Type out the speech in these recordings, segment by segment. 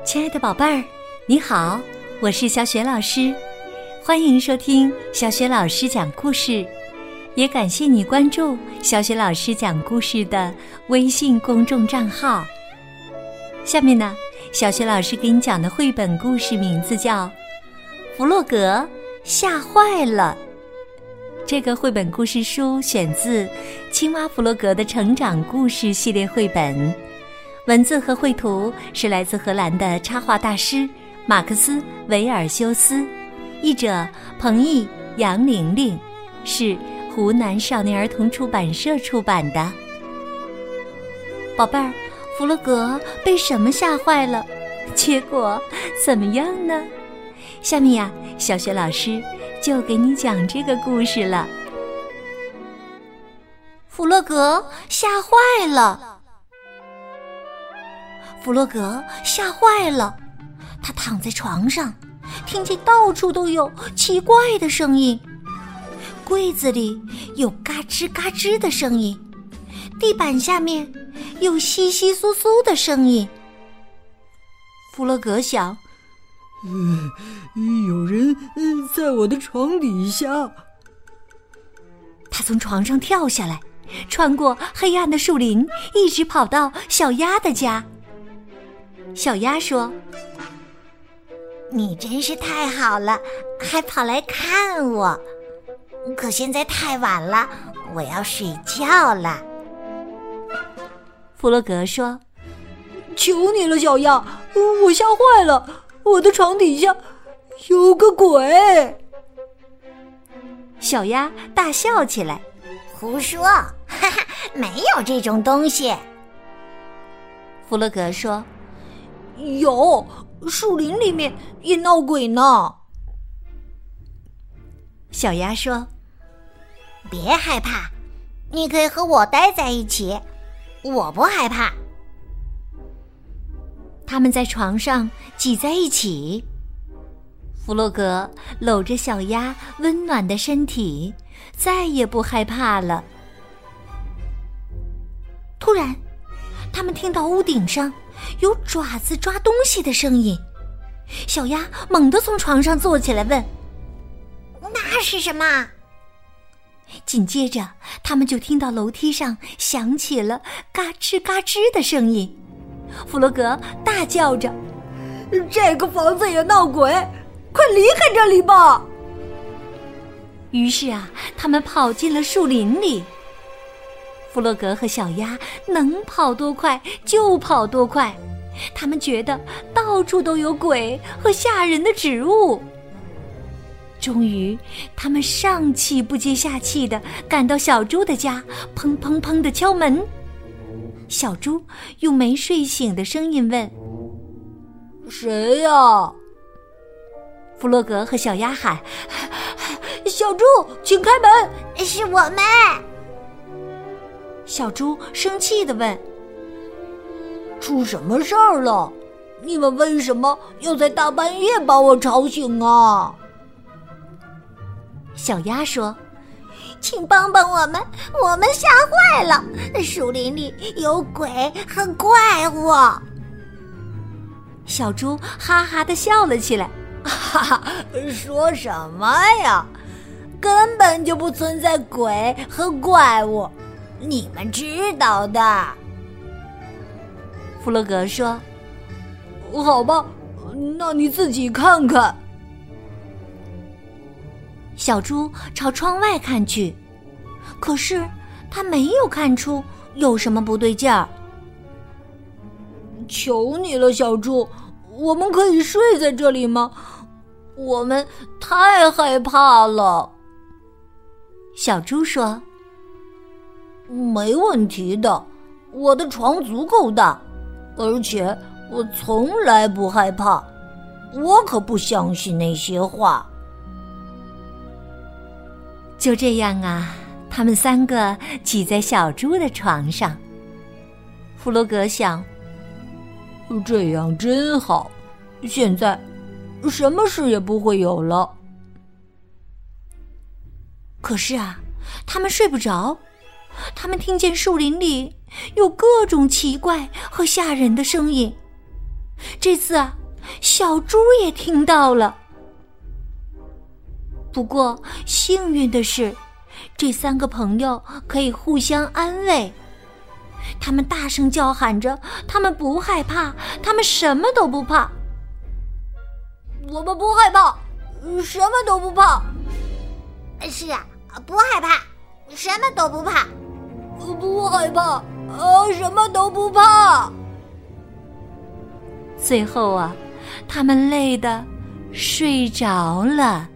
亲爱的宝贝儿，你好，我是小雪老师，欢迎收听小雪老师讲故事，也感谢你关注小雪老师讲故事的微信公众账号。下面呢，小雪老师给你讲的绘本故事名字叫《弗洛格吓坏了》。这个绘本故事书选自《青蛙弗洛格的成长故事》系列绘本，文字和绘图是来自荷兰的插画大师马克思·维尔修斯，译者彭毅、杨玲玲，是湖南少年儿童出版社出版的。宝贝儿，弗洛格被什么吓坏了？结果怎么样呢？下面呀，小雪老师就给你讲这个故事了。弗洛格吓坏了。弗洛格吓坏了，他躺在床上，听见到处都有奇怪的声音，柜子里有嘎吱嘎吱的声音，地板下面有窸窸窣窣的声音。弗洛格想， 有人在我的床底下。 他从床上跳下来，穿过黑暗的树林，一直跑到小鸭的家。小鸭说， 你真是太好了，还跑来看我，可现在太晚了，我要睡觉了。 弗洛格说， 求你了，小鸭，我吓坏了，我的床底下有个鬼。 小鸭大笑起来， 胡说，哈哈，没有这种东西。 弗洛格说， 有，树林里面也闹鬼呢。 小鸭说， 别害怕，你可以和我待在一起，我不害怕。 他们在床上挤在一起，弗洛格搂着小鸭温暖的身体，再也不害怕了。突然，他们听到屋顶上有爪子抓东西的声音，小鸭猛地从床上坐起来问， 那是什么？ 紧接着他们就听到楼梯上响起了嘎吱嘎吱的声音。弗洛格大叫着， 这个房子也闹鬼，快离开这里吧。 于是啊，他们跑进了树林里。弗洛格和小鸭能跑多快就跑多快，他们觉得到处都有鬼和吓人的植物。终于，他们上气不接下气地赶到小猪的家，砰砰砰地敲门。小猪用没睡醒的声音问， 谁呀？ 弗洛格和小鸭喊， 小猪，请开门， 是我们。 小猪生气地问， 出什么事儿了？你们为什么要在大半夜把我吵醒啊？ 小鸭说， 请帮帮我们，我们吓坏了，树林里有鬼和怪物。 小猪哈哈地笑了起来， 哈哈，说什么呀？根本就不存在鬼和怪物，你们知道的。 弗洛格说， 好吧，那你自己看看。 小猪朝窗外看去，可是他没有看出有什么不对劲儿。 求你了，小猪，我们可以睡在这里吗？我们太害怕了。 小猪说， 没问题的，我的床足够大，而且我从来不害怕，我可不相信那些话。 就这样啊，他们三个挤在小猪的床上。弗洛格想， 这样真好，现在什么事也不会有了。 可是啊，他们睡不着，他们听见树林里有各种奇怪和吓人的声音， 这次啊，小猪也听到了。不过幸运的是，这3个朋友可以互相安慰。他们大声叫喊着，他们不害怕，他们什么都不怕。 我们不害怕，什么都不怕。 是啊，不害怕，什么都不怕。 不害怕，什么都不怕。 最后啊，他们累得睡着了。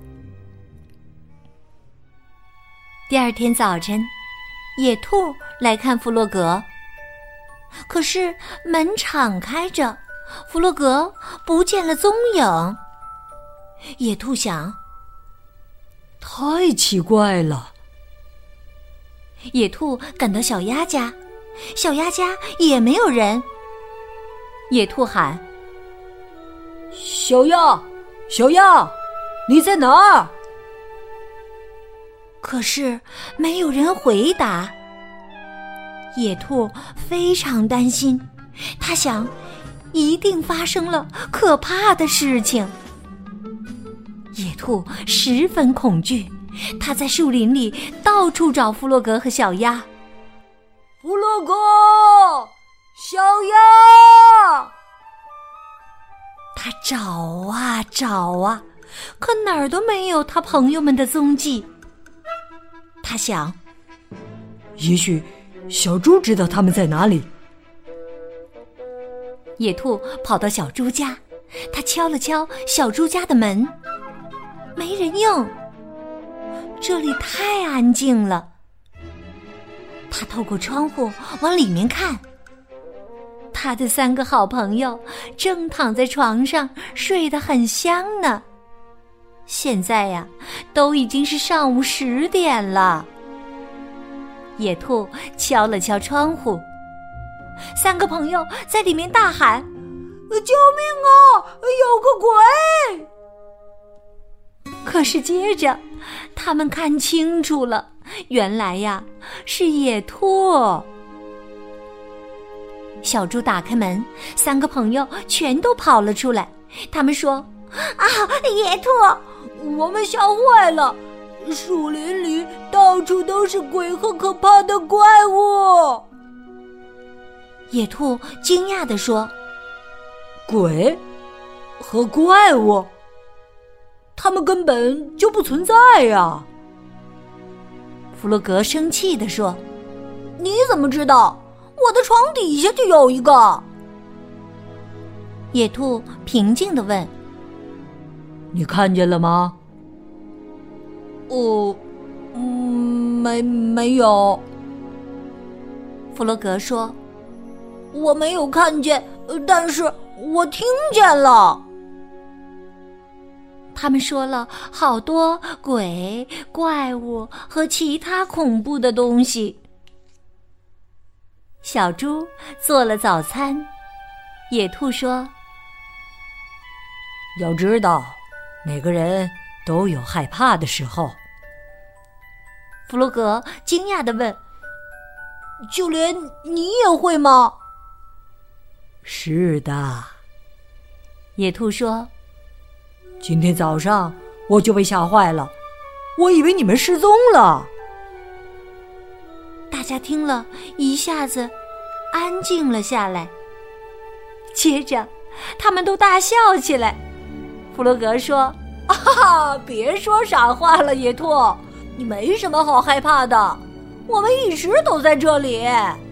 第二天早晨，野兔来看弗洛格，可是门敞开着，弗洛格不见了踪影。野兔想， 太奇怪了。 野兔赶到小鸭家，小鸭家也没有人。野兔喊： 小鸭，小鸭，你在哪儿？ 可是没有人回答。野兔非常担心，他想，一定发生了可怕的事情。野兔十分恐惧，他在树林里到处找弗洛格和小鸭。 弗洛格，小鸭！ 他找啊找啊，可哪儿都没有他朋友们的踪迹。他想， 也许小猪知道他们在哪里。 野兔跑到小猪家，他敲了敲小猪家的门，没人应。这里太安静了。他透过窗户往里面看，他的3个好朋友正躺在床上睡得很香呢。现在呀，都已经是上午10点了。野兔敲了敲窗户，3个朋友在里面大喊： 救命啊，有个鬼！ 可是接着他们看清楚了，原来呀，是野兔。小猪打开门，3个朋友全都跑了出来。他们说： 啊，野兔， 我们吓坏了，树林里到处都是鬼和可怕的怪物。 野兔惊讶地说： 鬼和怪物，他们根本就不存在呀！ 弗洛格生气地说： 你怎么知道？我的床底下就有一个。 野兔平静地问： 你看见了吗？ 没有。 弗洛格说： 我没有看见，但是我听见了。 他们说了好多鬼、怪物和其他恐怖的东西。小猪做了早餐，野兔说： 要知道，每个人都有害怕的时候。 弗洛格惊讶地问： 就连你也会吗？ 是的， 野兔说： 今天早上我就被吓坏了，我以为你们失踪了。 大家听了一下子安静了下来，接着他们都大笑起来。弗洛格说： 别说傻话了，野兔，你没什么好害怕的，我们一直都在这里。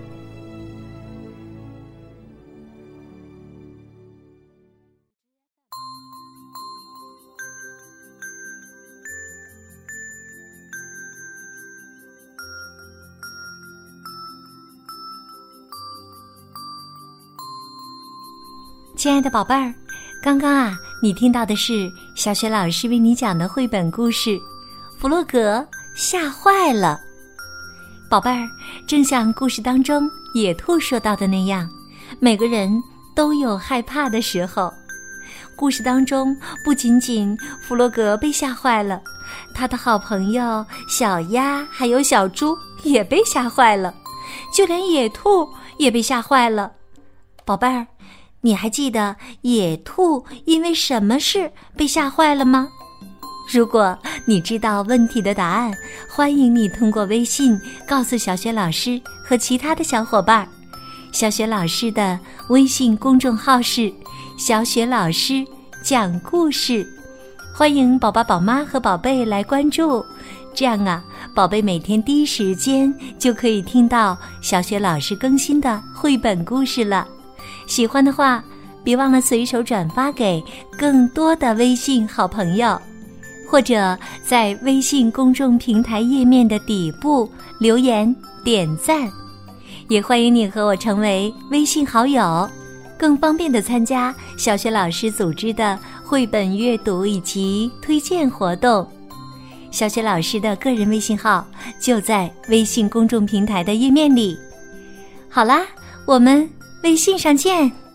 亲爱的宝贝儿，刚刚啊，你听到的是小雪老师为你讲的绘本故事《弗洛格吓坏了》。宝贝儿，正像故事当中野兔说到的那样，每个人都有害怕的时候。故事当中不仅仅弗洛格被吓坏了，他的好朋友小鸭还有小猪也被吓坏了，就连野兔也被吓坏了。宝贝儿， 你还记得野兔因为什么事被吓坏了吗？如果你知道问题的答案，欢迎你通过微信告诉小雪老师和其他的小伙伴。小雪老师的微信公众号是小雪老师讲故事，欢迎宝宝、宝妈和宝贝来关注。这样啊，宝贝每天第一时间就可以听到小雪老师更新的绘本故事了。喜欢的话，别忘了随手转发给更多的微信好朋友，或者在微信公众平台页面的底部留言点赞。也欢迎你和我成为微信好友，更方便地参加小雪老师组织的绘本阅读以及推荐活动。小雪老师的个人微信号就在微信公众平台的页面里。好啦，我们微信上见。